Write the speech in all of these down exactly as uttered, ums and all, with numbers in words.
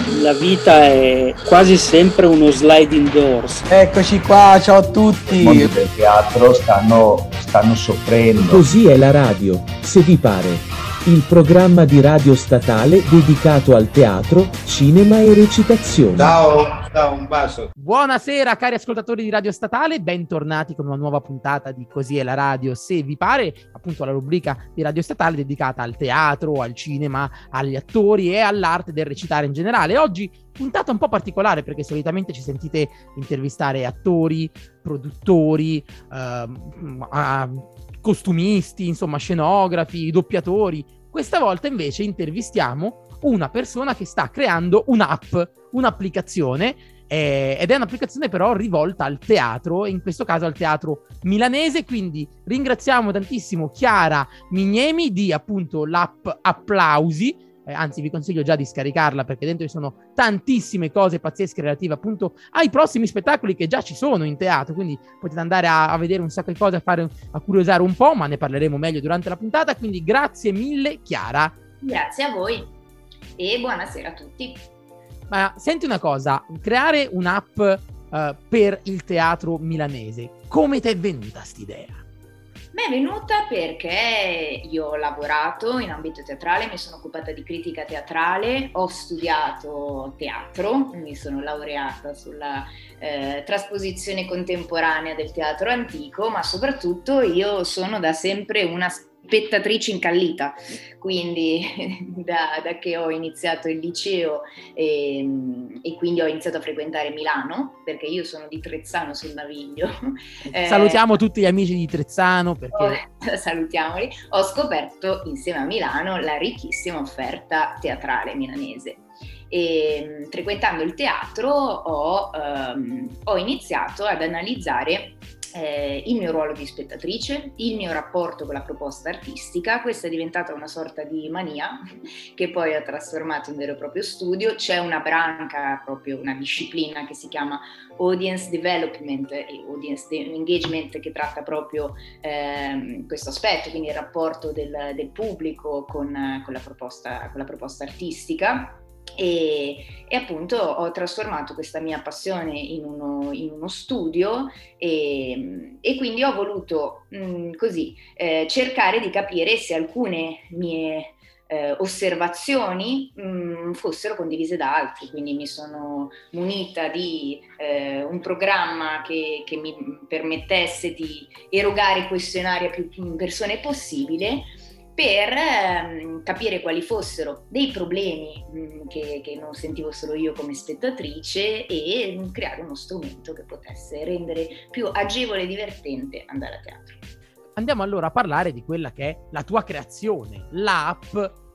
La vita è quasi sempre uno sliding doors. Eccoci qua, ciao a tutti. I mondi del teatro stanno, stanno soffrendo. Così è la radio, se vi pare. Il programma di radio statale dedicato al teatro, cinema e recitazione. Ciao, ciao, un bacio. Buonasera cari ascoltatori di Radio Statale, bentornati con una nuova puntata di Così è la radio, se vi pare, appunto la rubrica di Radio Statale dedicata al teatro, al cinema, agli attori e all'arte del recitare in generale. Oggi puntata un po' particolare perché solitamente ci sentite intervistare attori, produttori, ehm, a costumisti, insomma scenografi, doppiatori. Questa volta invece intervistiamo una persona che sta creando un'app, un'applicazione, eh, ed è un'applicazione però rivolta al teatro, in questo caso al teatro milanese, quindi ringraziamo tantissimo Chiara Mignemi di appunto l'app Applausi. Eh, anzi vi consiglio già di scaricarla perché dentro ci sono tantissime cose pazzesche relative appunto ai prossimi spettacoli che già ci sono in teatro, quindi potete andare a, a vedere un sacco di cose, a fare, a curiosare un po', ma ne parleremo meglio durante la puntata, quindi grazie mille Chiara. Grazie a voi e buonasera a tutti. Ma senti una cosa, creare un'app uh, per il teatro milanese, come ti è venuta st'idea? Mi è venuta perché io ho lavorato in ambito teatrale, mi sono occupata di critica teatrale, ho studiato teatro, mi sono laureata sulla eh, trasposizione contemporanea del teatro antico, ma soprattutto io sono da sempre una spettatrice incallita, quindi da, da che ho iniziato il liceo e, e quindi ho iniziato a frequentare Milano, perché io sono di Trezzano sul Naviglio. Salutiamo eh, tutti gli amici di Trezzano perché... Oh, salutiamoli. Ho scoperto insieme a Milano la ricchissima offerta teatrale milanese. E frequentando il teatro ho, um, ho iniziato ad analizzare Eh, il mio ruolo di spettatrice, il mio rapporto con la proposta artistica. Questa è diventata una sorta di mania che poi ho trasformato in vero e proprio studio. C'è una branca, proprio una disciplina che si chiama Audience Development e Audience Engagement, che tratta proprio eh, questo aspetto, quindi il rapporto del, del pubblico con, con, la proposta, con la proposta artistica. E, e appunto ho trasformato questa mia passione in uno, in uno studio e, e quindi ho voluto mh, così eh, cercare di capire se alcune mie eh, osservazioni mh, fossero condivise da altri, quindi mi sono munita di eh, un programma che, che mi permettesse di erogare questionari a più persone possibile, per ehm, capire quali fossero dei problemi mh, che, che non sentivo solo io come spettatrice e mh, creare uno strumento che potesse rendere più agevole e divertente andare a teatro. Andiamo allora a parlare di quella che è la tua creazione, l'app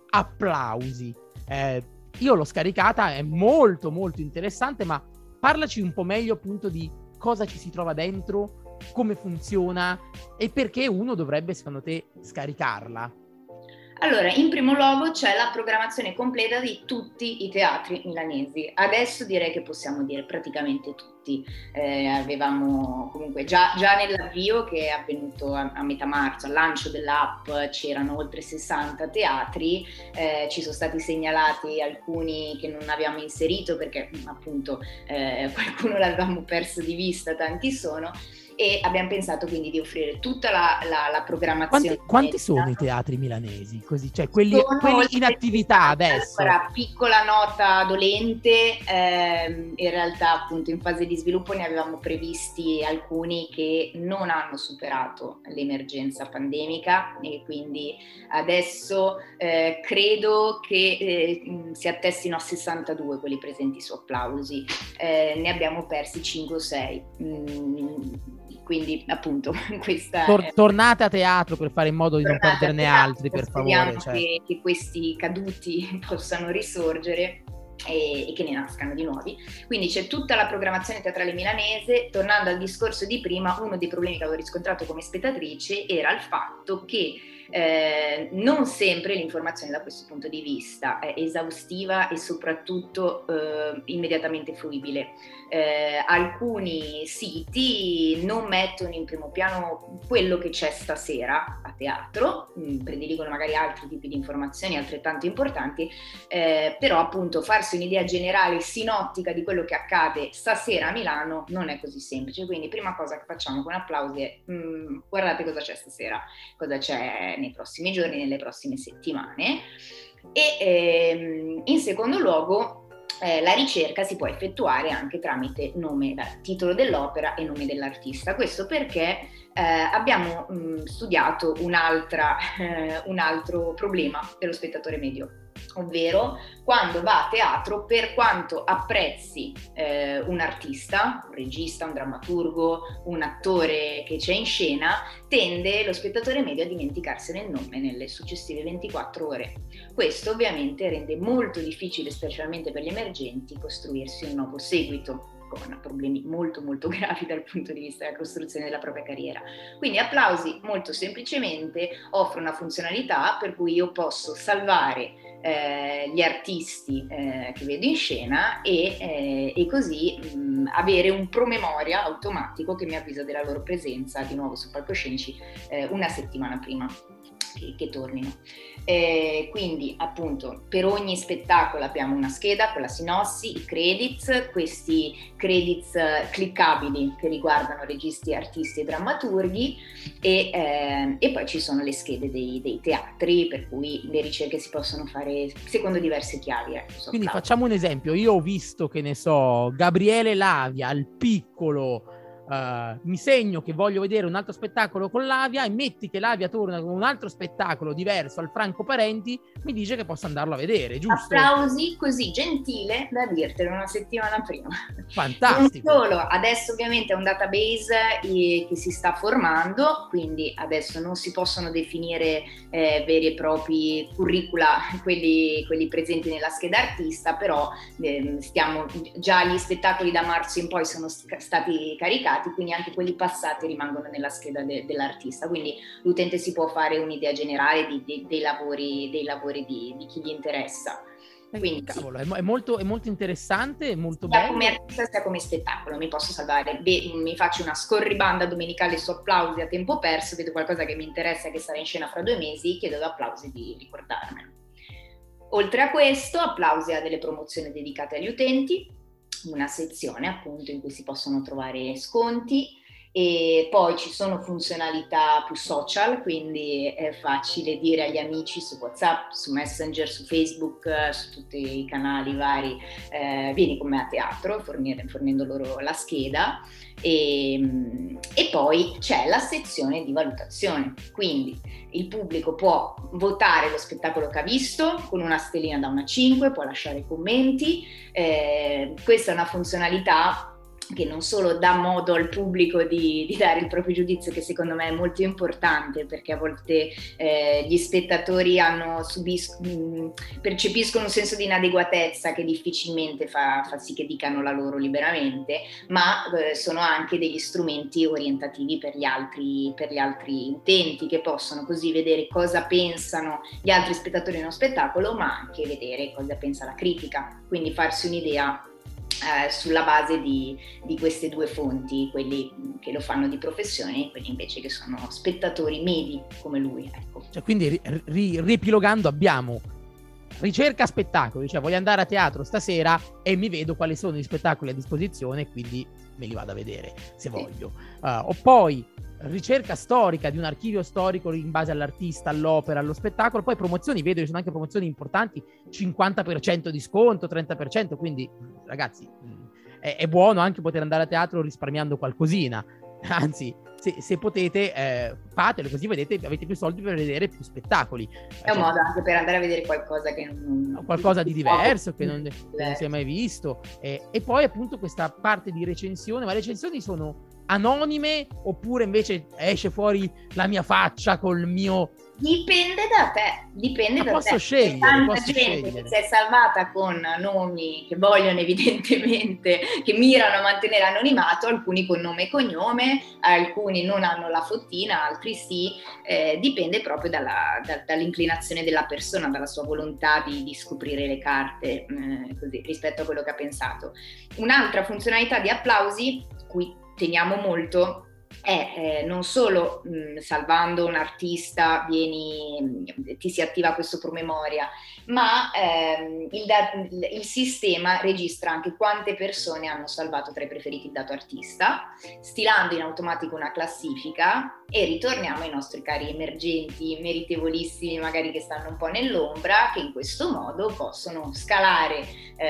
Applausi. Eh, io l'ho scaricata, è molto molto interessante, ma parlaci un po' meglio appunto di cosa ci si trova dentro, come funziona e perché uno dovrebbe secondo te scaricarla. Allora, in primo luogo c'è la programmazione completa di tutti i teatri milanesi. Adesso direi che possiamo dire praticamente tutti. Eh, avevamo comunque già, già nell'avvio che è avvenuto a, a metà marzo, al lancio dell'app, c'erano oltre sessanta teatri, eh, ci sono stati segnalati alcuni che non abbiamo inserito perché appunto eh, qualcuno l'avevamo perso di vista, tanti sono. E abbiamo pensato quindi di offrire tutta la, la, la programmazione. Quanti, quanti sono i teatri milanesi? Così, cioè quelli, quelli in attività adesso? Allora, piccola nota dolente, ehm, in realtà appunto in fase di sviluppo ne avevamo previsti alcuni che non hanno superato l'emergenza pandemica e quindi adesso eh, credo che eh, si attestino a sessantadue quelli presenti su Applausi, eh, ne abbiamo persi cinque o sei. Mm, quindi appunto questa Tor- è... tornate a teatro per fare in modo di tornate non perderne teatro, altri, per speriamo favore, cioè. che, che questi caduti possano risorgere e, e che ne nascano di nuovi. Quindi c'è tutta la programmazione teatrale milanese. Tornando al discorso di prima, uno dei problemi che avevo riscontrato come spettatrice era il fatto che Eh, non sempre l'informazione da questo punto di vista è esaustiva e soprattutto eh, immediatamente fruibile. Eh, alcuni siti non mettono in primo piano quello che c'è stasera a teatro, mh, prediligono magari altri tipi di informazioni altrettanto importanti, eh, però appunto farsi un'idea generale sinottica di quello che accade stasera a Milano non è così semplice, quindi prima cosa che facciamo con Applausi è mh, guardate cosa c'è stasera, cosa c'è nei prossimi giorni, nelle prossime settimane, e ehm, in secondo luogo Eh, la ricerca si può effettuare anche tramite nome, titolo dell'opera e nome dell'artista. Questo perché eh, abbiamo mh, studiato un'altra, eh, un altro problema dello spettatore medio, ovvero quando va a teatro, per quanto apprezzi eh, un artista, un regista, un drammaturgo, un attore che c'è in scena, tende lo spettatore medio a dimenticarsene il nome nelle successive ventiquattro ore. Questo ovviamente rende molto difficile, specialmente per gli emergenti, costruirsi un nuovo seguito, con problemi molto molto gravi dal punto di vista della costruzione della propria carriera. Quindi Applausi molto semplicemente offre una funzionalità per cui io posso salvare eh, gli artisti eh, che vedo in scena e, eh, e così mh, avere un promemoria automatico che mi avvisa della loro presenza di nuovo su palcoscenici eh, una settimana prima che, che tornino. Eh, quindi appunto per ogni spettacolo abbiamo una scheda con la sinossi, i credits, questi credits cliccabili che riguardano registi, artisti e drammaturghi, e, eh, e poi ci sono le schede dei, dei teatri, per cui le ricerche si possono fare secondo diverse chiavi. Ecco, so Quindi claro. Facciamo un esempio: io ho visto, che ne so, Gabriele Lavia al Piccolo. Uh, mi segno che voglio vedere un altro spettacolo con Lavia, e metti che Lavia torna con un altro spettacolo diverso al Franco Parenti, mi dice che posso andarlo a vedere, giusto? Applausi così gentile da dirtelo una settimana prima. Fantastico. Non solo, adesso ovviamente è un database eh, che si sta formando, quindi adesso non si possono definire eh, veri e propri curricula quelli, quelli presenti nella scheda artista, però eh, stiamo già gli spettacoli da marzo in poi sono st- stati caricati, quindi anche quelli passati rimangono nella scheda de- dell'artista, quindi l'utente si può fare un'idea generale di, di, dei lavori, dei lavori di, di chi gli interessa. Quindi, cavolo, è, è, molto, è molto interessante, è molto sia bello. Come artista sia come spettacolo, mi posso salvare, Beh, mi faccio una scorribanda domenicale su Applausi a tempo perso, vedo qualcosa che mi interessa che sarà in scena fra due mesi, chiedo ad Applausi di ricordarmelo. Oltre a questo, Applausi ha delle promozioni dedicate agli utenti, una sezione appunto in cui si possono trovare sconti, e poi ci sono funzionalità più social, quindi è facile dire agli amici su WhatsApp, su Messenger, su Facebook, su tutti i canali vari, eh, vieni con me a teatro, fornire, fornendo loro la scheda. E, e poi c'è la sezione di valutazione, quindi il pubblico può votare lo spettacolo che ha visto con una stellina da uno a cinque, può lasciare commenti, eh, questa è una funzionalità che non solo dà modo al pubblico di, di dare il proprio giudizio, che secondo me è molto importante, perché a volte eh, gli spettatori hanno subis- mh, percepiscono un senso di inadeguatezza che difficilmente fa, fa sì che dicano la loro liberamente, ma eh, sono anche degli strumenti orientativi per gli altri, per gli altri utenti, che possono così vedere cosa pensano gli altri spettatori di uno spettacolo, ma anche vedere cosa pensa la critica, quindi farsi un'idea Eh, sulla base di, di queste due fonti, quelli che lo fanno di professione e quelli invece che sono spettatori medi come lui, ecco. Cioè, quindi ri- ri- riepilogando, abbiamo ricerca spettacoli, cioè voglio andare a teatro stasera e mi vedo quali sono gli spettacoli a disposizione e quindi me li vado a vedere se Sì. voglio. Uh, o poi ricerca storica di un archivio storico in base all'artista, all'opera, allo spettacolo, poi promozioni, vedo che sono anche promozioni importanti, cinquanta per cento di sconto, trenta per cento, quindi ragazzi è, è buono anche poter andare a teatro risparmiando qualcosina, anzi se, se potete eh, fatelo, così vedete, avete più soldi per vedere più spettacoli. È un cioè, modo anche per andare a vedere qualcosa che non... qualcosa di diverso, che non, che non diverso. si è mai visto, eh, e poi appunto questa parte di recensione, ma le recensioni sono anonime oppure invece esce fuori la mia faccia col mio Dipende da te, dipende Ma da posso te. scegliere, C'è tanta posso gente scegliere. che si è salvata con nomi che vogliono evidentemente, che mirano a mantenere anonimato, alcuni con nome e cognome, alcuni non hanno la fottina, altri sì, eh, dipende proprio dalla, da, dall'inclinazione della persona, dalla sua volontà di, di scoprire le carte, eh, così, rispetto a quello che ha pensato. Un'altra funzionalità di Applausi, cui teniamo molto, è eh, non solo mh, salvando un artista vieni, ti si attiva questo promemoria, ma ehm, il, il, il sistema registra anche quante persone hanno salvato tra i preferiti il dato artista, stilando in automatico una classifica, e ritorniamo ai nostri cari emergenti, meritevolissimi, magari che stanno un po' nell'ombra, che in questo modo possono scalare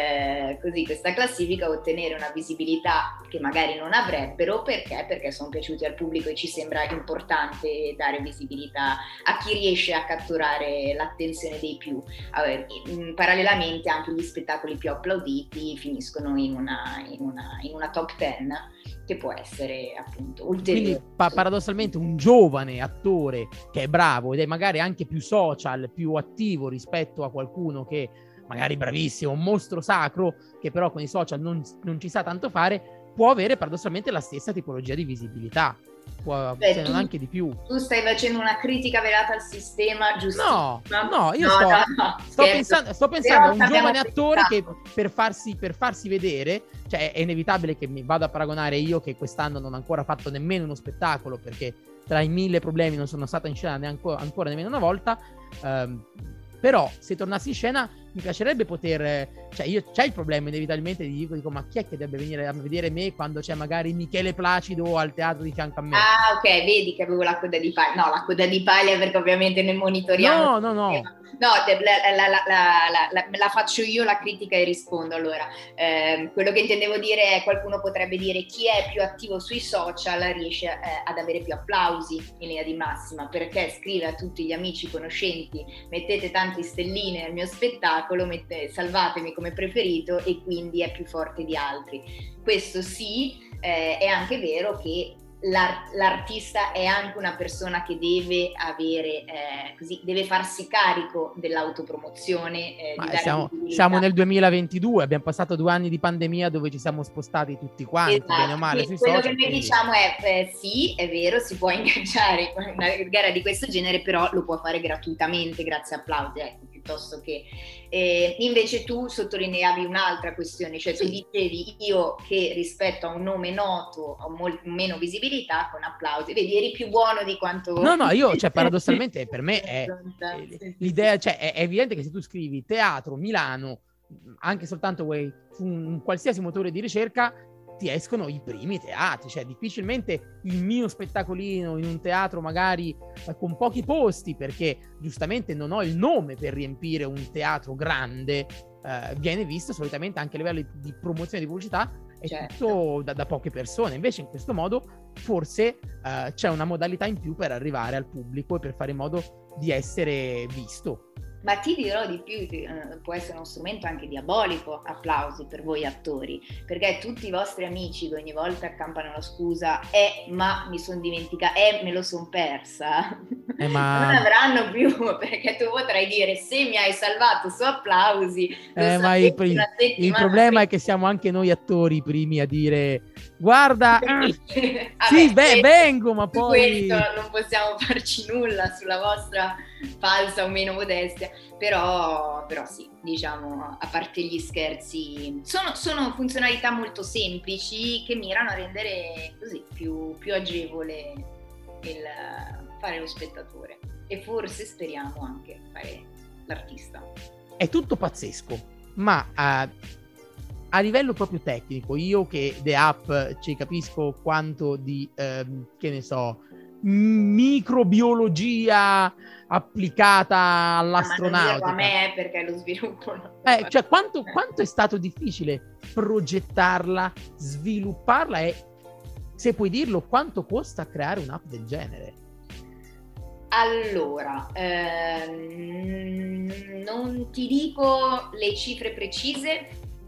eh, così questa classifica, ottenere una visibilità che magari non avrebbero. Perché? Perché sono piaciuti al pubblico e ci sembra importante dare visibilità a chi riesce a catturare l'attenzione dei più. Allora, parallelamente anche gli spettacoli più applauditi finiscono in una, in una, in una top ten, che può essere appunto ulteriore. Quindi pa- paradossalmente un giovane attore che è bravo ed è magari anche più social, più attivo rispetto a qualcuno che magari bravissimo, un mostro sacro, che però con i social non, non ci sa tanto fare, può avere paradossalmente la stessa tipologia di visibilità, può, Beh, se non tu, anche di più. Tu stai facendo una critica velata al sistema, giusto? No, no, io no, sto, no, no, sto scherzo. pensando, sto pensando a un Però giovane abbiamo attore che pensato. per farsi, per farsi vedere, cioè è inevitabile che mi vado a paragonare io, che quest'anno non ho ancora fatto nemmeno uno spettacolo, perché tra i mille problemi non sono stata in scena neanche ancora nemmeno una volta, ehm, però se tornassi in scena mi piacerebbe poter, cioè io c'è il problema inevitabilmente di dico, dico ma chi è che deve venire a vedere me quando c'è magari Michele Placido al teatro di fianco a me? Ah, ok, vedi che avevo la coda di paglia. No, la coda di paglia perché ovviamente ne monitoriamo. No, no, no. No, la, la, la, la, la, la faccio io la critica e rispondo. Allora, eh, quello che intendevo dire è, qualcuno potrebbe dire, chi è più attivo sui social riesce eh, ad avere più applausi in linea di massima, perché scrive a tutti gli amici, conoscenti, mettete tante stelline al mio spettacolo, mette, salvatemi come preferito, e quindi è più forte di altri. Questo sì, eh, è anche vero che L'art- l'artista è anche una persona che deve avere eh, così, deve farsi carico dell'autopromozione, eh, Ma di dare siamo, visibilità. siamo nel duemilaventidue, abbiamo passato due anni di pandemia dove ci siamo spostati tutti quanti, Esatto. bene o male, Quindi sui quello social. che noi Quindi... diciamo è eh, sì, è vero, si può ingaggiare con una gara di questo genere, però lo può fare gratuitamente grazie a applausi, ecco, piuttosto che eh, invece tu sottolineavi un'altra questione, cioè tu dicevi, io che rispetto a un nome noto ho molto meno visibilità, con applausi, vedi, eri più buono di quanto... No, no, io, cioè, paradossalmente per me è l'idea, cioè, è evidente che se tu scrivi teatro, Milano, anche soltanto vuoi un qualsiasi motore di ricerca, ti escono i primi teatri, cioè difficilmente il mio spettacolino in un teatro magari eh, con pochi posti, perché giustamente non ho il nome per riempire un teatro grande, eh, viene visto solitamente anche a livello di promozione di pubblicità, è certo. tutto da, da poche persone. Invece in questo modo forse eh, c'è una modalità in più per arrivare al pubblico e per fare in modo di essere visto. Ma ti dirò di più, eh, può essere uno strumento anche diabolico, applausi per voi attori, perché tutti i vostri amici che ogni volta accampano la scusa eh ma mi sono dimenticata, eh me lo son persa, eh, ma... non avranno più, perché tu potrai dire se mi hai salvato su applausi, eh, ma il, il, il problema è che siamo anche noi attori i primi a dire guarda, Vabbè, sì, beh, vengo, ma poi... questo non possiamo farci nulla sulla vostra falsa o meno modestia, però, però sì, diciamo, a parte gli scherzi, sono, sono funzionalità molto semplici che mirano a rendere così più, più agevole il fare lo spettatore, e forse speriamo anche fare l'artista. È tutto pazzesco, ma a, a livello proprio tecnico, io che The App ci capisco quanto di, ehm, che ne so, microbiologia applicata all'astronautica. Ma non dirlo a me, perché lo sviluppo non... eh, cioè quanto, quanto è stato difficile progettarla, svilupparla, e se puoi dirlo, quanto costa creare un'app del genere? Allora, ehm, non ti dico le cifre precise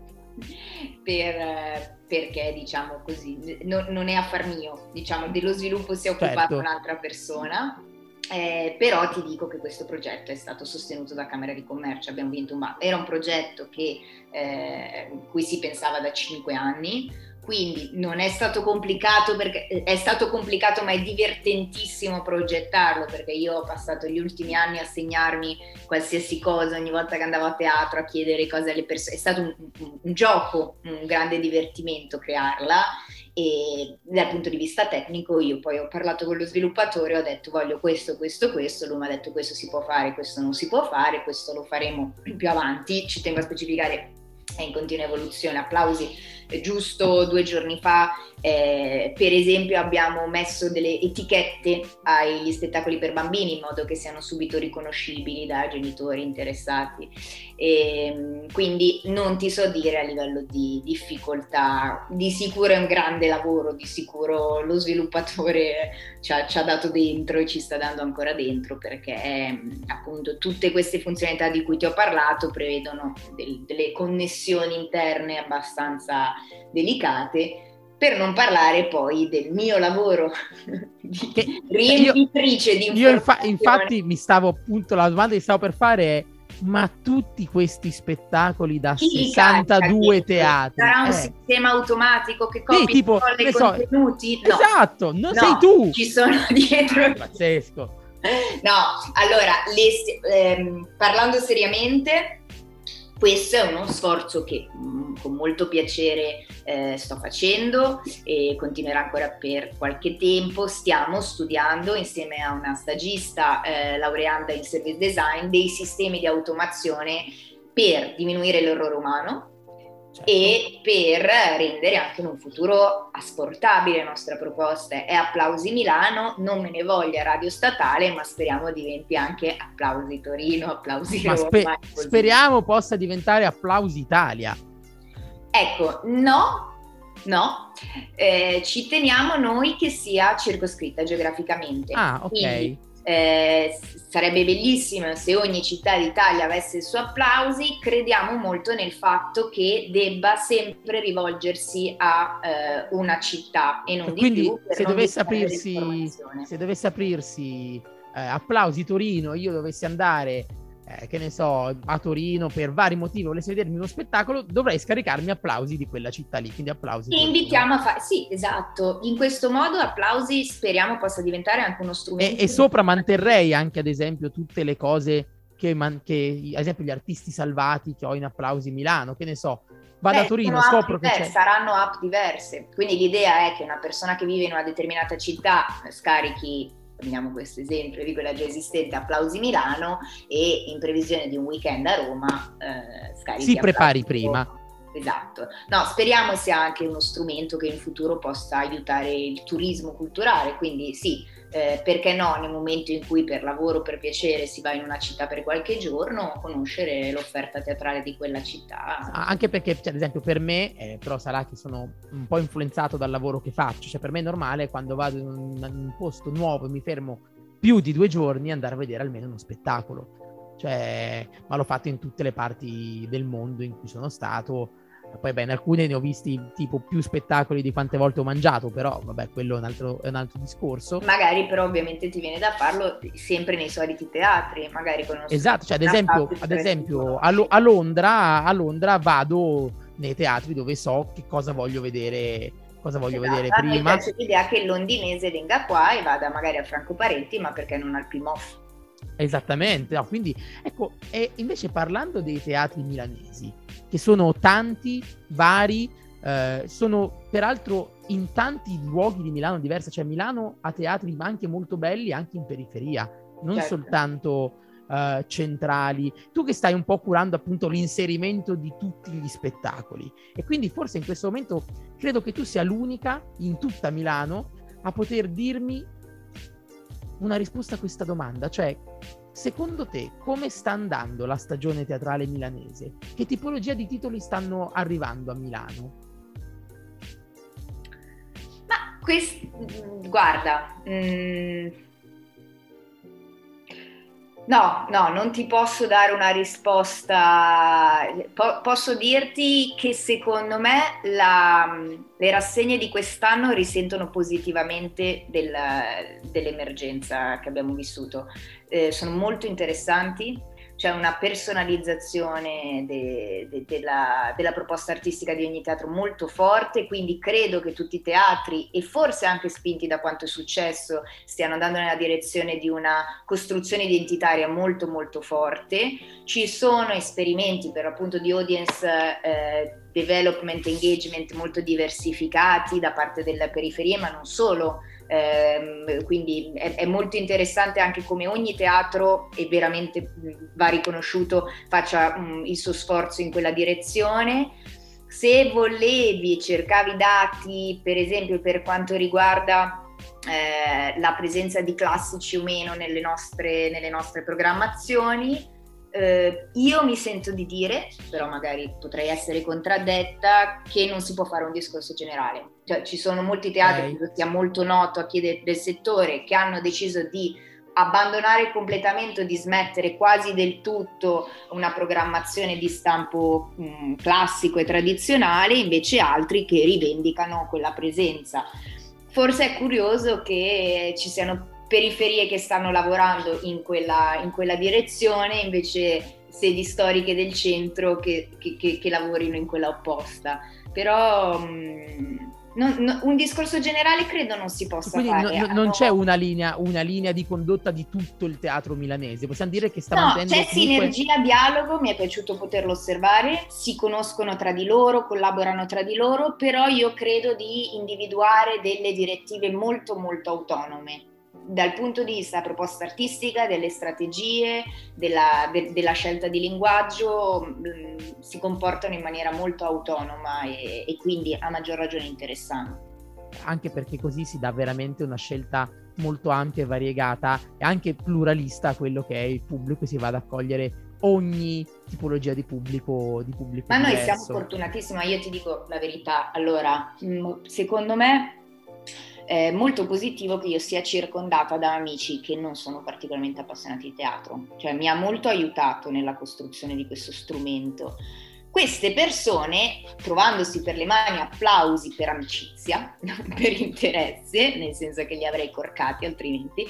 per, perché diciamo così, no, non è affar mio, diciamo, dello sviluppo si è occupata certo. un'altra persona. Eh, però ti dico che questo progetto è stato sostenuto da Camera di Commercio, abbiamo vinto un bando. Era un progetto che, eh, cui si pensava da cinque anni, quindi non è stato complicato, perché è stato complicato ma è divertentissimo progettarlo, perché io ho passato gli ultimi anni a segnarmi qualsiasi cosa ogni volta che andavo a teatro, a chiedere cose alle persone. È stato un, un, un gioco, un grande divertimento crearla. E dal punto di vista tecnico io poi ho parlato con lo sviluppatore, ho detto voglio questo, questo, questo, lui mi ha detto questo si può fare, questo non si può fare, questo lo faremo più avanti. Ci tengo a specificare, è in continua evoluzione. Applausi, giusto due giorni fa eh, per esempio abbiamo messo delle etichette agli spettacoli per bambini in modo che siano subito riconoscibili da genitori interessati, e quindi non ti so dire a livello di difficoltà. Di sicuro è un grande lavoro, di sicuro lo sviluppatore ci ha, ci ha dato dentro e ci sta dando ancora dentro, perché appunto tutte queste funzionalità di cui ti ho parlato prevedono del, delle connessioni interne abbastanza delicate, per non parlare poi del mio lavoro di che, riempitrice io, di informazioni. Io infa- infatti mi stavo appunto, la domanda che stavo per fare è: ma tutti questi spettacoli da Chi sessantadue teatri sarà un eh. sistema automatico che Sì, copia tipo, i ne so, contenuti? No. Esatto, non No, sei tu. ci sono dietro. Pazzesco. No, allora, le, ehm, parlando seriamente, questo è uno sforzo che mh, con molto piacere eh, sto facendo e continuerà ancora per qualche tempo. Stiamo studiando insieme a una stagista eh, laureanda in service design dei sistemi di automazione per diminuire l'errore umano, certo, e per rendere anche in un futuro asportabile la nostra proposta. È Applausi Milano, non me ne voglia Radio Statale, ma speriamo diventi anche Applausi Torino, Applausi ma Roma. spe- speriamo possa diventare Applausi Italia. Ecco, no, no, eh, ci teniamo noi che sia circoscritta geograficamente. Ah, ok. Quindi, Eh, sarebbe bellissimo se ogni città d'Italia avesse il suo Applausi. Crediamo molto nel fatto che debba sempre rivolgersi a eh, una città e non e di quindi più, per se non dovesse distrarre aprirsi l'informazione. se dovesse aprirsi eh, Applausi Torino, io dovessi andare eh, che ne so, a Torino per vari motivi, volessi vedermi uno spettacolo, dovrei scaricarmi Applausi di quella città lì, quindi Applausi Ti Torino. invitiamo a fare, sì, esatto, in questo modo Applausi speriamo possa diventare anche uno strumento. E, e sopra manterrei anche ad esempio tutte le cose che, man- che ad esempio gli artisti salvati che ho in Applausi Milano, che ne so, vado Beh, a Torino, sono scopro app che diverse, c'è... saranno app diverse, quindi l'idea è che una persona che vive in una determinata città scarichi, prendiamo questo esempio di quella già esistente, Applausi Milano, e in previsione di un weekend a Roma eh, scarichi si prepari Applausi prima. Roma. Esatto, no, speriamo sia anche uno strumento che in futuro possa aiutare il turismo culturale, quindi sì, eh, perché no, nel momento in cui per lavoro, per piacere si va in una città per qualche giorno, conoscere l'offerta teatrale di quella città. Anche perché, cioè, ad esempio, per me, eh, però sarà che sono un po' influenzato dal lavoro che faccio, cioè per me è normale quando vado in un, in un posto nuovo e mi fermo più di due giorni andare a vedere almeno uno spettacolo, cioè, ma l'ho fatto in tutte le parti del mondo in cui sono stato. Poi beh, in alcune ne ho visti tipo più spettacoli di quante volte ho mangiato, però vabbè, quello è un altro, è un altro discorso. Magari però ovviamente ti viene da farlo sempre nei soliti teatri, magari con uno esatto, cioè ad esempio, ad esempio a, Lo- a Londra a Londra vado nei teatri dove so che cosa voglio vedere, cosa voglio esatto, vedere a me prima. piace l'idea che il londinese venga qua e vada magari a Franco Parenti, ma perché non al Pimoff? Esattamente, no, quindi ecco, e invece parlando dei teatri milanesi, che sono tanti, vari, eh, sono peraltro in tanti luoghi di Milano diversi, cioè Milano ha teatri anche molto belli anche in periferia, non Certo. soltanto eh, centrali. Tu che stai un po' curando appunto l'inserimento di tutti gli spettacoli, e quindi forse in questo momento credo che tu sia l'unica in tutta Milano a poter dirmi una risposta a questa domanda, cioè secondo te come sta andando la stagione teatrale milanese? Che tipologia di titoli stanno arrivando a Milano? Ma quest... guarda, mh... No, no, non ti posso dare una risposta. Po- posso dirti che secondo me la- le rassegne di quest'anno risentono positivamente del- dell'emergenza che abbiamo vissuto. Eh, sono molto interessanti. C'è una personalizzazione de- de- della, della proposta artistica di ogni teatro molto forte, quindi credo che tutti i teatri, e forse anche spinti da quanto è successo, stiano andando nella direzione di una costruzione identitaria molto molto forte. Ci sono esperimenti per appunto di audience eh, development, engagement molto diversificati da parte delle periferie, ma non solo. Eh, quindi è, è molto interessante anche come ogni teatro, e veramente mh, va riconosciuto, faccia mh, il suo sforzo in quella direzione. Se volevi, cercavi dati per esempio per quanto riguarda eh, la presenza di classici o meno nelle nostre, nelle nostre programmazioni, eh, io mi sento di dire, però magari potrei essere contraddetta, che non si può fare un discorso generale. Cioè, ci sono molti teatri, Okay. che sia molto noto a chi de- del settore, che hanno deciso di abbandonare completamente o di smettere quasi del tutto una programmazione di stampo mh, classico e tradizionale, invece altri che rivendicano quella presenza. Forse è curioso che ci siano periferie che stanno lavorando in quella, in quella direzione, invece sedi storiche del centro che, che, che, che lavorino in quella opposta. Però mh, non, no, un discorso generale credo non si possa Quindi fare. no- no- non Hanno- c'è una linea, una linea di condotta di tutto il teatro milanese. Possiamo dire che sta No, mantenendo c'è comunque... sinergia, dialogo, mi è piaciuto poterlo osservare, si conoscono tra di loro, collaborano tra di loro, però io credo di individuare delle direttive molto molto autonome dal punto di vista proposta artistica, delle strategie, della, de, della scelta di linguaggio, mh, si comportano in maniera molto autonoma e, e quindi a maggior ragione interessanti. Anche perché così si dà veramente una scelta molto ampia e variegata e anche pluralista a quello che è il pubblico, e si va ad accogliere ogni tipologia di pubblico, di pubblico Ma noi diverso. siamo fortunatissimi, io ti dico la verità, allora, mh, secondo me è molto positivo che io sia circondata da amici che non sono particolarmente appassionati di teatro, cioè mi ha molto aiutato nella costruzione di questo strumento. Queste persone, trovandosi per le mani applausi per amicizia, non per interesse, nel senso che li avrei corcati altrimenti,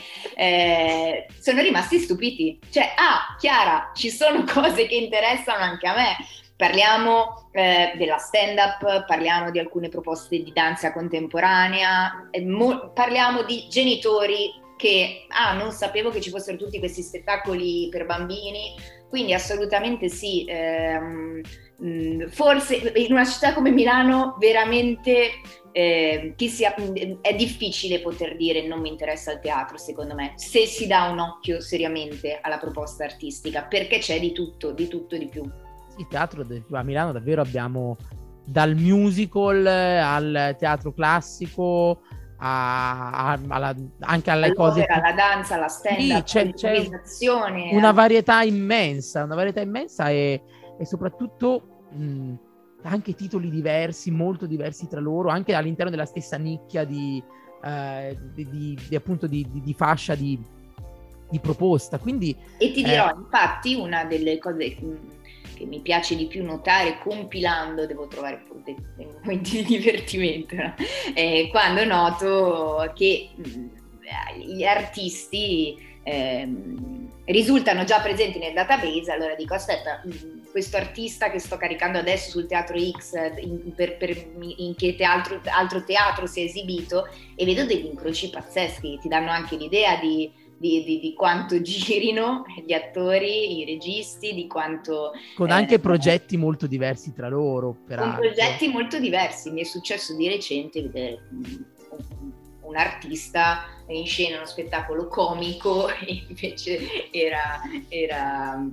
eh, sono rimasti stupiti. Cioè, ah, Chiara, ci sono cose che interessano anche a me. Parliamo eh, della stand-up, parliamo di alcune proposte di danza contemporanea, eh, mo- parliamo di genitori che, ah, non sapevo che ci fossero tutti questi spettacoli per bambini, quindi assolutamente sì. Ehm, mh, forse in una città come Milano veramente eh, chi sia, è difficile poter dire non mi interessa il teatro, secondo me, se si dà un occhio seriamente alla proposta artistica, perché c'è di tutto, di tutto di più. Il teatro a Milano davvero abbiamo dal musical al teatro classico a, a, alla, anche alle All'opera, cose più... alla danza, alla stand-up, sì, c'è, all'improvvisazione, c'è una al... varietà immensa, una varietà immensa e, e soprattutto mh, anche titoli diversi, molto diversi tra loro, anche all'interno della stessa nicchia di, eh, di, di, di appunto di, di, di fascia di, di proposta. Quindi, e ti dirò, eh, infatti, una delle cose che mi piace di più notare compilando, devo trovare dei, dei momenti di divertimento, no? eh, quando noto che mh, gli artisti eh, risultano già presenti nel database, allora dico aspetta, mh, questo artista che sto caricando adesso sul teatro X, in, per, per, in che teatro, altro teatro si è esibito, e vedo degli incroci pazzeschi, ti danno anche l'idea di Di, di, di quanto girino gli attori, i registi, di quanto... Con eh, anche progetti molto diversi tra loro, con peraltro. progetti molto diversi. Mi è successo di recente vedere un, un artista in scena uno spettacolo comico e invece era, era,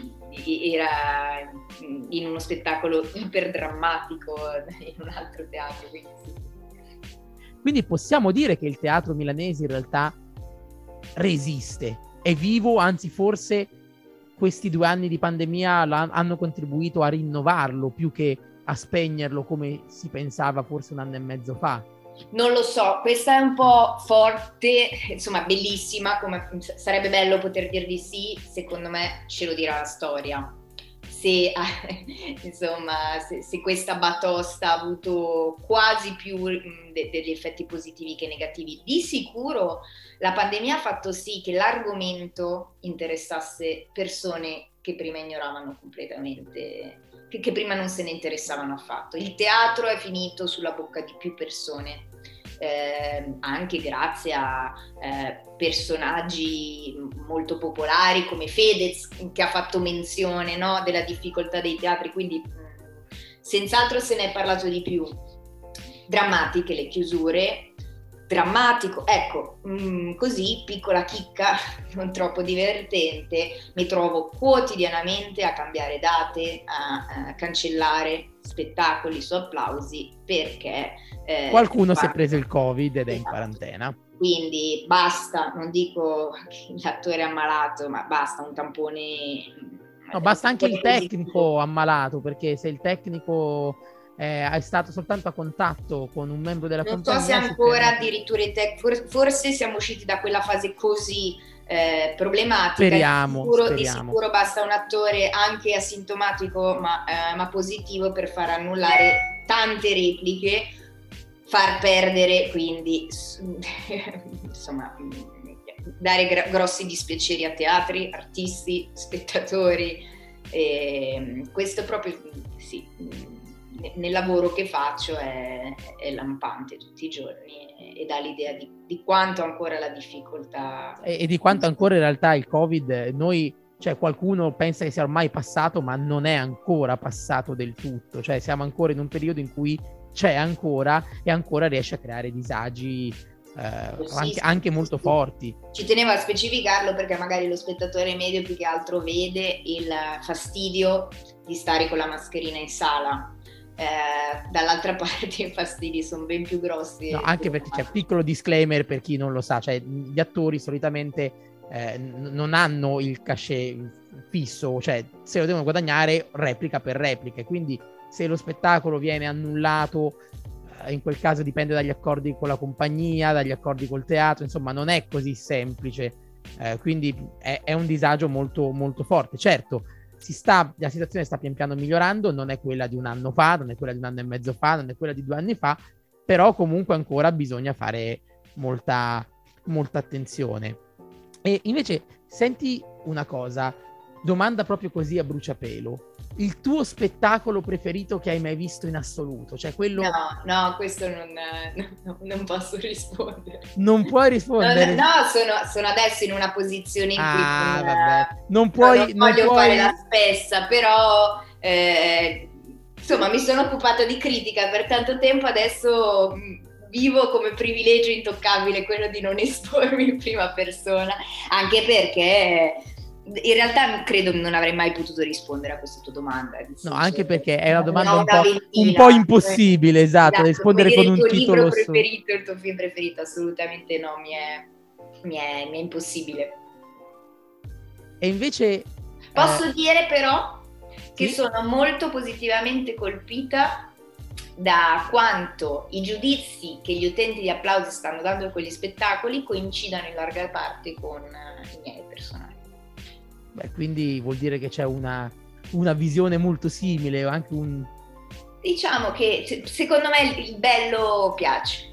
era in uno spettacolo iperdrammatico in un altro teatro. Quindi, sì. Quindi possiamo dire che il teatro milanese in realtà resiste, è vivo, anzi forse questi due anni di pandemia hanno contribuito a rinnovarlo più che a spegnerlo come si pensava forse un anno e mezzo fa. Non lo so, questa è un po' forte, insomma bellissima, come sarebbe bello poter dir di sì, secondo me ce lo dirà la storia. Se, insomma, se, se questa batosta ha avuto quasi più de- degli effetti positivi che negativi. Di sicuro la pandemia ha fatto sì che l'argomento interessasse persone che prima ignoravano completamente, che, che prima non se ne interessavano affatto. Il teatro è finito sulla bocca di più persone. Eh, anche grazie a eh, personaggi molto popolari come Fedez, che ha fatto menzione, no, della difficoltà dei teatri, quindi mh, senz'altro se ne è parlato di più. Drammatiche le chiusure, drammatico, ecco, mh, così, piccola chicca, non troppo divertente, mi trovo quotidianamente a cambiare date, a, a cancellare spettacoli su Applausi perché eh, qualcuno si è preso il Covid ed è in quarantena. Quindi basta, non dico che l'attore è ammalato, ma basta un tampone. No, basta anche il tecnico ammalato, perché se il tecnico eh, è stato soltanto a contatto con un membro della non compagnia... so se ancora addirittura i tech, forse, forse siamo usciti da quella fase così eh, problematica. Speriamo, di sicuro, speriamo. Di sicuro basta un attore anche asintomatico ma, eh, ma positivo per far annullare tante repliche, far perdere quindi insomma dare gra- grossi dispiaceri a teatri, artisti, spettatori, e questo proprio sì, nel lavoro che faccio è, è lampante tutti i giorni e, e dà l'idea di, di quanto ancora la difficoltà e, e di quanto ancora in realtà il Covid, noi, cioè qualcuno pensa che sia ormai passato, ma non è ancora passato del tutto, cioè siamo ancora in un periodo in cui c'è ancora e ancora riesce a creare disagi eh, sì, anche, sì, anche sì, molto sì. forti. Ci tenevo a specificarlo perché magari lo spettatore medio più che altro vede il fastidio di stare con la mascherina in sala. Eh, dall'altra parte i fastidi sono ben più grossi. No, anche perché c'è piccolo disclaimer per chi non lo sa, cioè gli attori solitamente eh, n- non hanno il cachet fisso, cioè se lo devono guadagnare replica per replica, quindi se lo spettacolo viene annullato, in quel caso dipende dagli accordi con la compagnia, dagli accordi col teatro, insomma non è così semplice, eh, quindi è, è un disagio molto, molto forte. Certo, si sta, la situazione sta pian piano migliorando, non è quella di un anno fa, non è quella di un anno e mezzo fa, non è quella di due anni fa, però comunque ancora bisogna fare molta, molta attenzione. E invece senti una cosa, domanda proprio così a bruciapelo: il tuo spettacolo preferito che hai mai visto in assoluto? Cioè quello... No, no, questo non, no, non posso rispondere. Non puoi rispondere? No, no, sono, sono adesso in una posizione in cui ah, non, vabbè. non puoi... non voglio non fare puoi... la spessa, però eh, insomma mi sono occupata di critica per tanto tempo, adesso vivo come privilegio intoccabile quello di non espormi in prima persona, anche perché... in realtà credo non avrei mai potuto rispondere a questa tua domanda. No, anche perché è una domanda no, un, po', ventina, un po' impossibile, eh, esatto, esatto, rispondere con un il tuo titolo libro su... preferito, il tuo film preferito, assolutamente no, mi è, mi è, mi è impossibile. E invece... Posso eh... dire però che sì? sono molto positivamente colpita da quanto i giudizi che gli utenti di Applausi stanno dando a quegli spettacoli coincidano in larga parte con i miei personali. Beh, quindi vuol dire che c'è una, una visione molto simile, o anche un... Diciamo che secondo me il bello piace.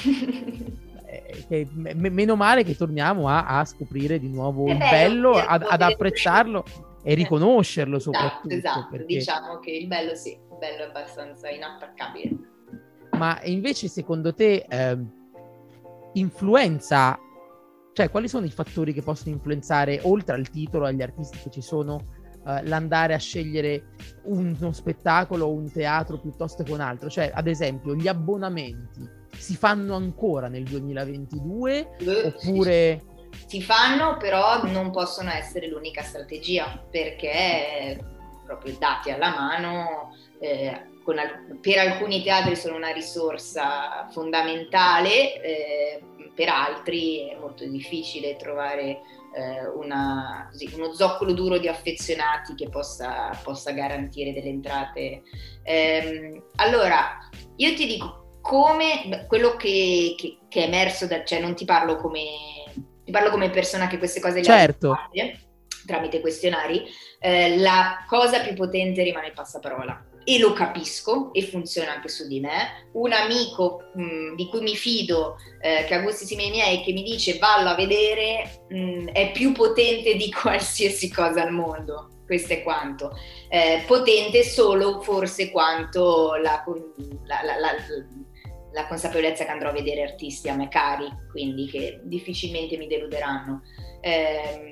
eh, che, m- meno male che torniamo a, a scoprire di nuovo È il bello, bello, ad, ad apprezzarlo e riconoscerlo esatto, soprattutto. Esatto, perché... diciamo che il bello sì, il bello è abbastanza inattaccabile. Ma invece secondo te eh, influenza... Cioè, quali sono i fattori che possono influenzare, oltre al titolo, agli artisti che ci sono, eh, l'andare a scegliere uno spettacolo o un teatro piuttosto che un altro? Cioè, ad esempio, gli abbonamenti si fanno ancora nel duemilaventidue Eh, oppure... Si fanno, però non possono essere l'unica strategia, perché proprio dati alla mano, eh, con al- per alcuni teatri sono una risorsa fondamentale, eh, per altri è molto difficile trovare eh, una, così, uno zoccolo duro di affezionati che possa, possa garantire delle entrate. Ehm, allora, io ti dico, come quello che, che, che è emerso, da, cioè non ti parlo come, ti parlo come persona che queste cose le certo. ha fatte, tramite questionari, eh, la cosa più potente rimane il passaparola. E lo capisco e funziona anche su di me. Un amico mh, di cui mi fido, eh, che ha gusti simili ai miei, che mi dice vallo a vedere, mh, è più potente di qualsiasi cosa al mondo. Questo è quanto. Eh, potente solo forse quanto la, la, la, la, la consapevolezza che andrò a vedere artisti a me cari, quindi che difficilmente mi deluderanno. Eh,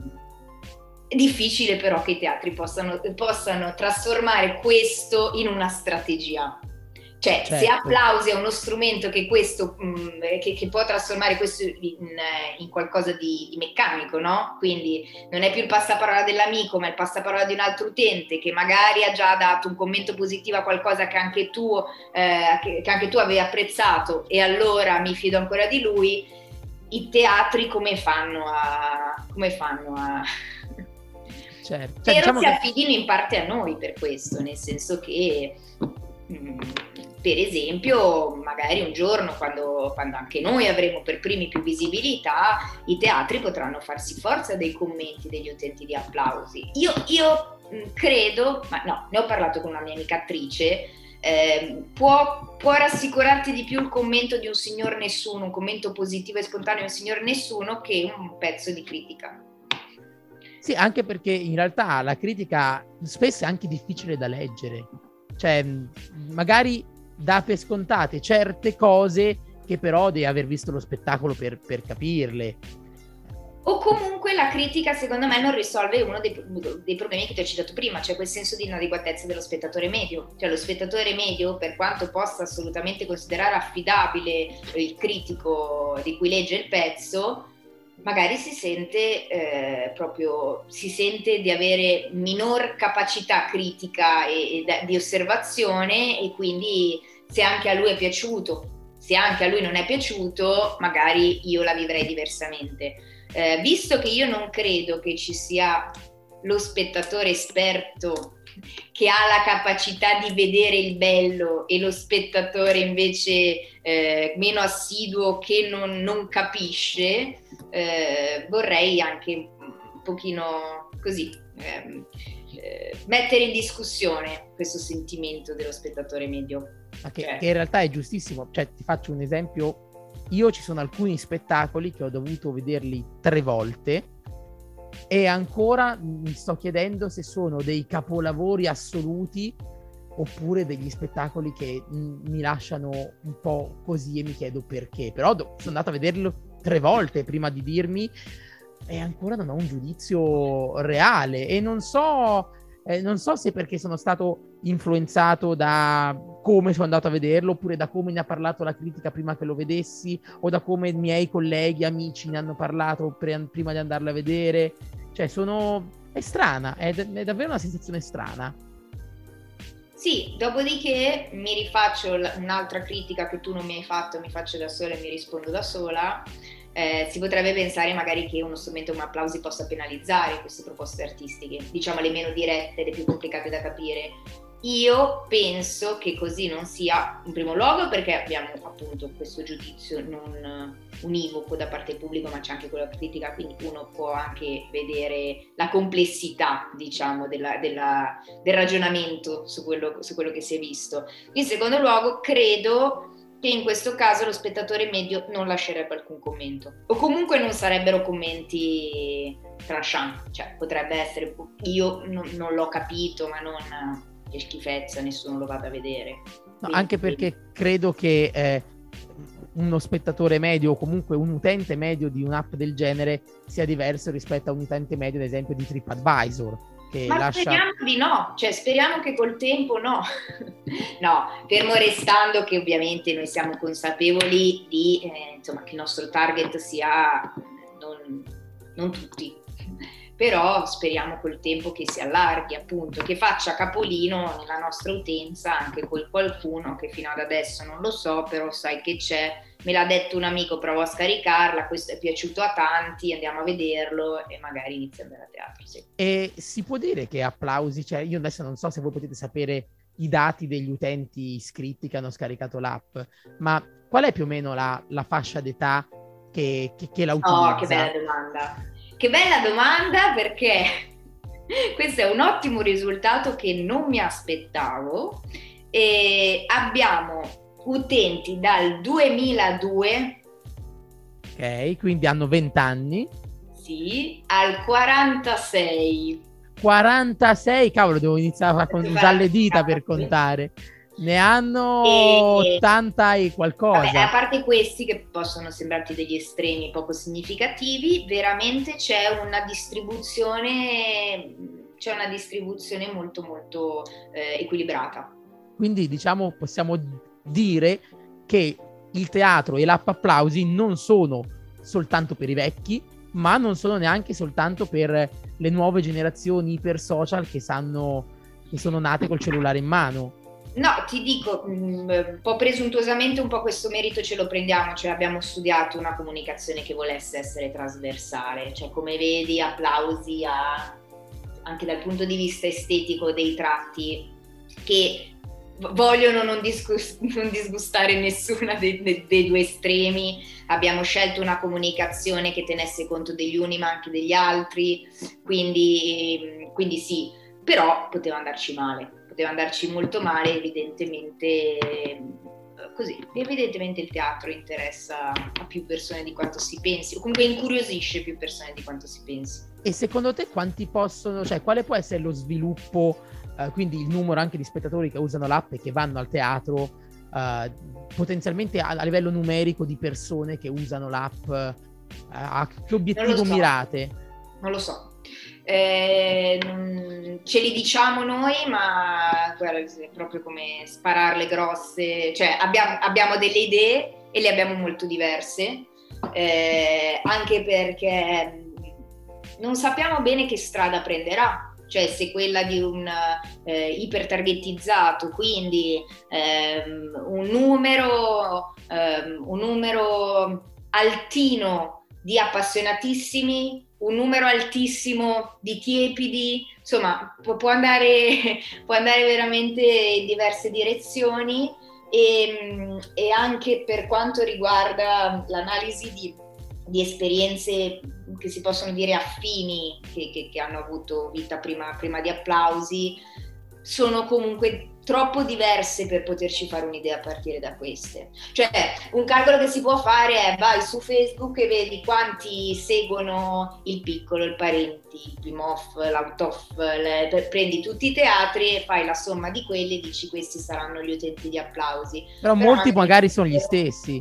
È difficile però che i teatri possano, possano trasformare questo in una strategia. Cioè, certo. Se Applausi è uno strumento che, questo, mh, che, che può trasformare questo in, in qualcosa di, di meccanico, no? Quindi non è più il passaparola dell'amico, ma il passaparola di un altro utente che magari ha già dato un commento positivo a qualcosa che anche tu, eh, che, che anche tu avevi apprezzato, e allora mi fido ancora di lui. I teatri come fanno a... come fanno a... Certo. Cioè, Spero diciamo si che... affidino in parte a noi per questo, nel senso che mh, per esempio magari un giorno quando, quando anche noi avremo per primi più visibilità, i teatri potranno farsi forza dei commenti degli utenti di Applausi. Io, io mh, credo, ma no, ne ho parlato con una mia amica attrice, eh, può, può rassicurarti di più il commento di un signor nessuno, un commento positivo e spontaneo di un signor nessuno, che un pezzo di critica. Sì, anche perché in realtà la critica spesso è anche difficile da leggere, cioè magari dà per scontate certe cose che però devi aver visto lo spettacolo per, per capirle. O comunque la critica secondo me non risolve uno dei, dei problemi che ti ho citato prima, cioè quel senso di inadeguatezza dello spettatore medio. Cioè lo spettatore medio, per quanto possa assolutamente considerare affidabile il critico di cui legge il pezzo, magari si sente eh, proprio si sente di avere minor capacità critica e, e di osservazione, e quindi se anche a lui è piaciuto, se anche a lui non è piaciuto, magari io la vivrei diversamente. Eh, visto che io non credo che ci sia lo spettatore esperto che ha la capacità di vedere il bello e lo spettatore invece eh, meno assiduo che non, non capisce, eh, vorrei anche un pochino così eh, eh, mettere in discussione questo sentimento dello spettatore medio. Che, cioè. che in realtà è giustissimo. Cioè, ti faccio un esempio: io ci sono alcuni spettacoli che ho dovuto vederli tre volte e ancora mi sto chiedendo se sono dei capolavori assoluti oppure degli spettacoli che m- mi lasciano un po' così, e mi chiedo perché. Però do- sono andato a vederlo tre volte prima di dirmi, e ancora non ho un giudizio reale, e non so eh, non so se perché sono stato influenzato da come sono andato a vederlo, oppure da come ne ha parlato la critica prima che lo vedessi, o da come i miei colleghi, amici ne hanno parlato pre- prima di andarlo a vedere. Cioè sono... è strana, è, d- è davvero una sensazione strana. Sì, dopodiché mi rifaccio l- un'altra critica che tu non mi hai fatto, mi faccio da sola e mi rispondo da sola. Eh, si potrebbe pensare magari che uno strumento come Applausi possa penalizzare queste proposte artistiche, diciamo le meno dirette, le più complicate da capire. Io penso che così non sia, in primo luogo perché abbiamo appunto questo giudizio non univoco da parte del pubblico, ma c'è anche quella critica, quindi uno può anche vedere la complessità, diciamo, della, della, del ragionamento su quello, su quello che si è visto. In secondo luogo, credo che in questo caso lo spettatore medio non lascerebbe alcun commento, o comunque non sarebbero commenti tranchant, cioè potrebbe essere io non, non l'ho capito, ma non che schifezza, nessuno lo vada a vedere. No, Quindi, anche perché credo che eh, uno spettatore medio, o comunque un utente medio di un'app del genere, sia diverso rispetto a un utente medio, ad esempio, di TripAdvisor, che ma lascia... speriamo di no, cioè speriamo che col tempo no. No, fermo restando che ovviamente noi siamo consapevoli di eh, insomma che il nostro target sia non, non tutti, però speriamo col tempo che si allarghi, appunto, che faccia capolino nella nostra utenza anche quel qualcuno che fino ad adesso non lo so, però sai che c'è, me l'ha detto un amico, provo a scaricarla, questo è piaciuto a tanti, andiamo a vederlo e magari inizia a andare a teatro. Sì. E si può dire che Applausi, cioè io adesso non so se voi potete sapere i dati degli utenti iscritti che hanno scaricato l'app, ma qual è più o meno la, la fascia d'età che, che, che la utilizza? Oh, che bella domanda! Che bella domanda, perché questo è un ottimo risultato che non mi aspettavo. E abbiamo utenti dal duemiladue, ok, quindi hanno venti anni, sì, al quarantasei. quarantasei, cavolo, devo iniziare a con- usare le dita per contare. Ne hanno E- ottanta e qualcosa. Vabbè, a parte questi che possono sembrarti degli estremi poco significativi, veramente c'è una distribuzione, c'è una distribuzione molto molto eh, equilibrata. Quindi diciamo possiamo dire che il teatro e l'app Applausi non sono soltanto per i vecchi, ma non sono neanche soltanto per le nuove generazioni iper social che sanno, che sono nate col cellulare in mano. No, ti dico, mh, un po' presuntuosamente un po' questo merito ce lo prendiamo, cioè abbiamo studiato una comunicazione che volesse essere trasversale, cioè come vedi Applausi ha, anche dal punto di vista estetico, dei tratti che vogliono non, disgust- non disgustare nessuna dei, dei, dei due estremi. Abbiamo scelto una comunicazione che tenesse conto degli uni ma anche degli altri, quindi, quindi sì, però poteva andarci male. Poteva andarci molto male, evidentemente così, evidentemente il teatro interessa a più persone di quanto si pensi, o comunque incuriosisce più persone di quanto si pensi. E secondo te quanti possono, cioè quale può essere lo sviluppo, eh, quindi il numero anche di spettatori che usano l'app e che vanno al teatro, eh, potenzialmente a, a livello numerico di persone che usano l'app, eh, a che obiettivo Non lo so. mirate? Non lo so. Eh, non- ce li diciamo noi, ma guarda, è proprio come spararle grosse, cioè abbiamo, abbiamo delle idee e le abbiamo molto diverse, eh, anche perché non sappiamo bene che strada prenderà, cioè se quella di un eh, ipertargetizzato, quindi ehm, un numero ehm, un numero altino di appassionatissimi, un numero altissimo di tiepidi, insomma può, può, andare, può andare veramente in diverse direzioni e, e anche per quanto riguarda l'analisi di, di esperienze che si possono dire affini, che, che, che hanno avuto vita prima, prima di Applausi, sono comunque troppo diverse per poterci fare un'idea a partire da queste. Cioè, un calcolo che si può fare è: vai su Facebook e vedi quanti seguono Il Piccolo, Il Parenti, il Pimoff, l'Autoff, le, prendi tutti i teatri e fai la somma di quelli e dici questi saranno gli utenti di Applausi. Però, Però molti magari sono gli stessi.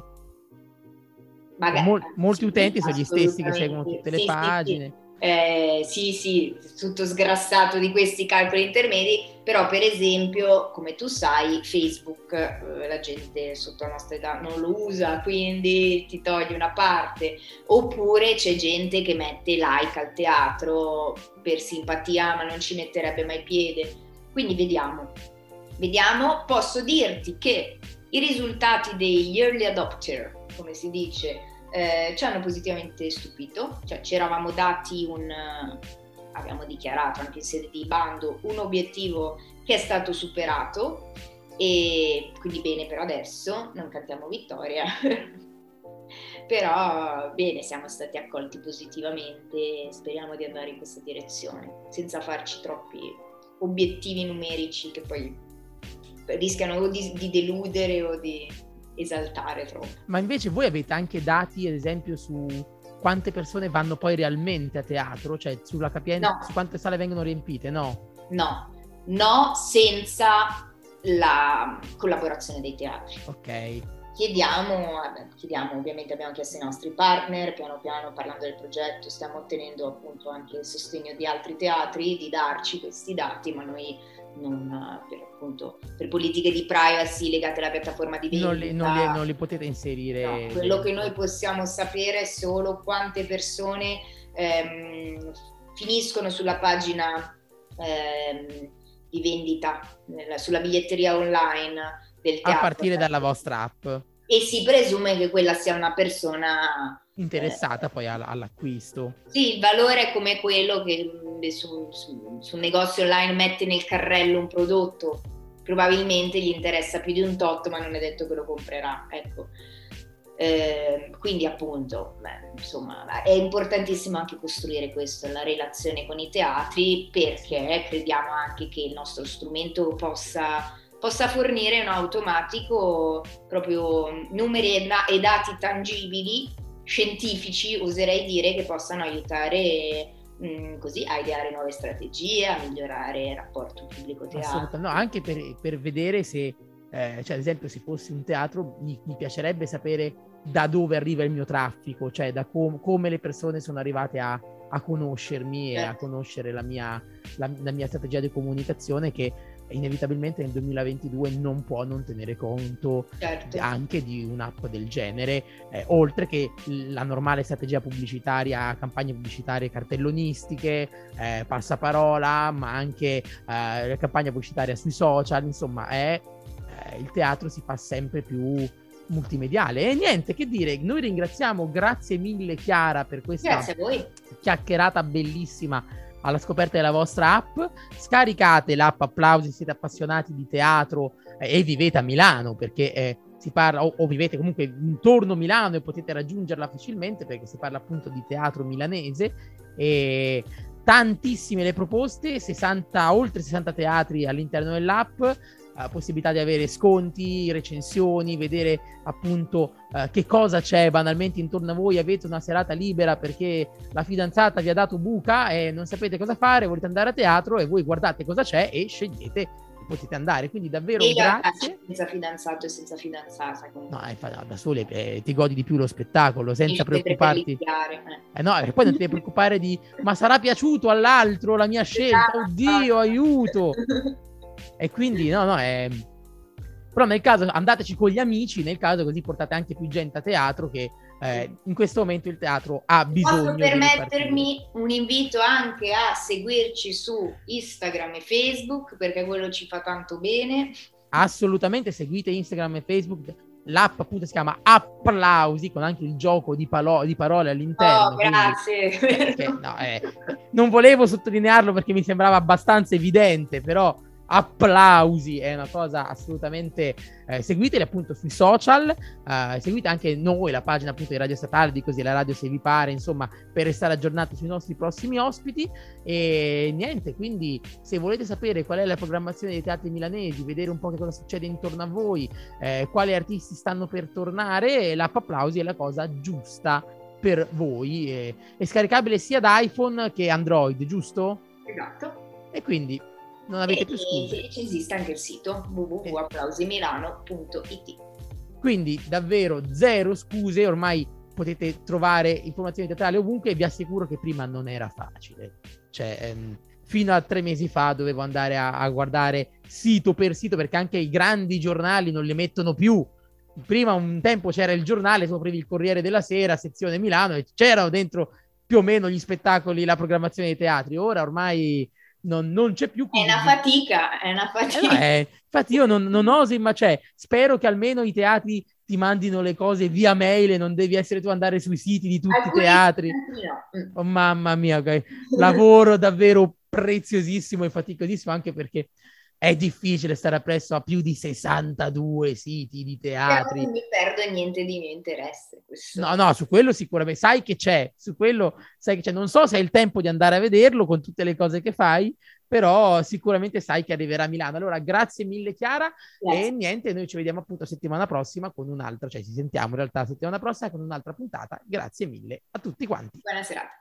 Magari, Mol- molti sì, utenti sono gli stessi che seguono tutte le sì, pagine. Sì, sì. Eh, sì, sì, tutto sgrassato di questi calcoli intermedi, però per esempio, come tu sai, Facebook eh, la gente sotto la nostra età non lo usa, quindi ti togli una parte, oppure c'è gente che mette like al teatro per simpatia ma non ci metterebbe mai piede, quindi vediamo, vediamo. Posso dirti che i risultati degli early adopter, come si dice, Eh, ci hanno positivamente stupito, cioè ci eravamo dati un, uh, abbiamo dichiarato anche in sede di bando un obiettivo che è stato superato e quindi bene per adesso, non cantiamo vittoria, però bene, siamo stati accolti positivamente, speriamo di andare in questa direzione senza farci troppi obiettivi numerici che poi rischiano o di, di deludere o di esaltare troppo. Ma invece voi avete anche dati, ad esempio, su quante persone vanno poi realmente a teatro? Cioè sulla capienza, no. Su quante sale vengono riempite? No? No, no, senza la collaborazione dei teatri. Ok. Chiediamo, chiediamo, ovviamente abbiamo chiesto ai nostri partner, piano piano parlando del progetto stiamo ottenendo appunto anche il sostegno di altri teatri di darci questi dati, ma noi non, per, appunto, per politiche di privacy legate alla piattaforma di vendita non li, non li, non li potete inserire. No, quello dentro. Che noi possiamo sapere è solo quante persone ehm, finiscono sulla pagina ehm, di vendita, nella, sulla biglietteria online del teatro. A partire dalla vostra app. E si presume che quella sia una persona interessata eh, poi all'acquisto. Sì, il valore è come quello che su, su, su un negozio online mette nel carrello un prodotto. probabilmente gli interessa più di un tot, ma non è detto che lo comprerà, ecco. Eh, quindi appunto, beh, insomma, è importantissimo anche costruire questo, la relazione con i teatri, perché crediamo anche che il nostro strumento possa, possa fornire un automatico proprio numeri e, da- e dati tangibili, scientifici, oserei dire, che possano aiutare mh, così a ideare nuove strategie, a migliorare il rapporto pubblico-teatro. Assolutamente, no, anche per, per vedere se Eh, cioè ad esempio se fossi un teatro mi, mi piacerebbe sapere da dove arriva il mio traffico, cioè da com- come le persone sono arrivate a, a conoscermi e a conoscere la mia, la, la mia strategia di comunicazione, che inevitabilmente nel duemilaventidue non può non tenere conto Certo. anche di un'app del genere, eh, oltre che la normale strategia pubblicitaria, campagne pubblicitarie cartellonistiche, eh, passaparola, ma anche eh, la campagna pubblicitaria sui social, insomma è il teatro si fa sempre più multimediale. E niente, che dire, noi ringraziamo, grazie mille Chiara per questa Grazie a voi. chiacchierata bellissima alla scorta della vostra app. Scaricate l'app Applausi se siete appassionati di teatro eh, e vivete a Milano, perché eh, si parla, o, o vivete comunque intorno a Milano e potete raggiungerla facilmente, perché si parla appunto di teatro milanese. E tantissime le proposte, sessanta, oltre sessanta teatri all'interno dell'app, Uh, possibilità di avere sconti, recensioni, vedere appunto uh, che cosa c'è banalmente intorno a voi. Avete una serata libera perché la fidanzata vi ha dato buca e non sapete cosa fare, volete andare a teatro, e voi guardate cosa c'è e scegliete e potete andare. Quindi davvero E grazie. Senza fidanzato e senza fidanzata. No, eh, da sole eh, ti godi di più lo spettacolo senza Devi preoccuparti. Eh. Eh no, e poi non ti devi preoccupare di ma sarà piaciuto all'altro la mia scelta? Oddio, aiuto! E quindi no, no, è... però nel caso andateci con gli amici, nel caso così portate anche più gente a teatro, che eh, in questo momento il teatro ha bisogno. Posso permettermi un invito anche a seguirci su Instagram e Facebook, perché quello ci fa tanto bene. Assolutamente, seguite Instagram e Facebook. L'app appunto si chiama Applausi, con anche il gioco di, palo- di parole all'interno. Oh, grazie. Quindi, perché, no, eh, non volevo sottolinearlo perché mi sembrava abbastanza evidente, però Applausi è una cosa assolutamente eh, seguiteli appunto sui social, eh, seguite anche noi, la pagina appunto di Radio Statale di Così è la Radio se vi pare, insomma, per restare aggiornati sui nostri prossimi ospiti. E niente, quindi se volete sapere qual è la programmazione dei teatri milanesi, vedere un po' che cosa succede intorno a voi, eh, quali artisti stanno per tornare, l'app Applausi è la cosa giusta per voi, eh, è scaricabile sia da iPhone che Android, giusto? Esatto. E quindi non avete e, più scuse. E esiste anche il sito w w w punto applausimilano punto i t. Quindi davvero zero scuse, ormai potete trovare informazioni teatrali ovunque, e vi assicuro che prima non era facile. Cioè, ehm, fino a tre mesi fa dovevo andare a, a guardare sito per sito, perché anche i grandi giornali non le mettono più. Prima un tempo c'era il giornale, scoprivi il Corriere della Sera, sezione Milano, e c'erano dentro più o meno gli spettacoli, la programmazione dei teatri. Ora ormai Non, non c'è più. È una fatica, è una fatica. Eh no, è, infatti io non, non oso, ma c'è. Spero che almeno i teatri ti mandino le cose via mail e non devi essere tu andare sui siti di tutti Alcuni i teatri. No. Oh, mamma mia, okay. Lavoro davvero preziosissimo e faticosissimo, anche perché è difficile stare appresso a più di sessantadue siti di teatri. Non mi perdo niente di mio interesse. Questo. No, no, su quello sicuramente sai che c'è, su quello sai che c'è. Non so se hai il tempo di andare a vederlo con tutte le cose che fai, però sicuramente sai che arriverà a Milano. Allora, grazie mille Chiara. Grazie. E niente, noi ci vediamo appunto settimana prossima con un'altra, cioè ci sentiamo in realtà settimana prossima con un'altra puntata. Grazie mille a tutti quanti. Buona serata.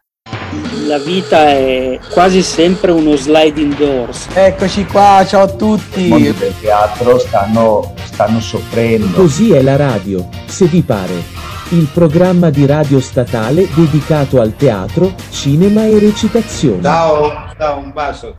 La vita è quasi sempre uno sliding doors. Eccoci qua, ciao a tutti. I mondi del teatro stanno, stanno soffrendo. Così è la radio, se vi pare. Il programma di Radio Statale dedicato al teatro, cinema e recitazione. Ciao, ciao, un bacio.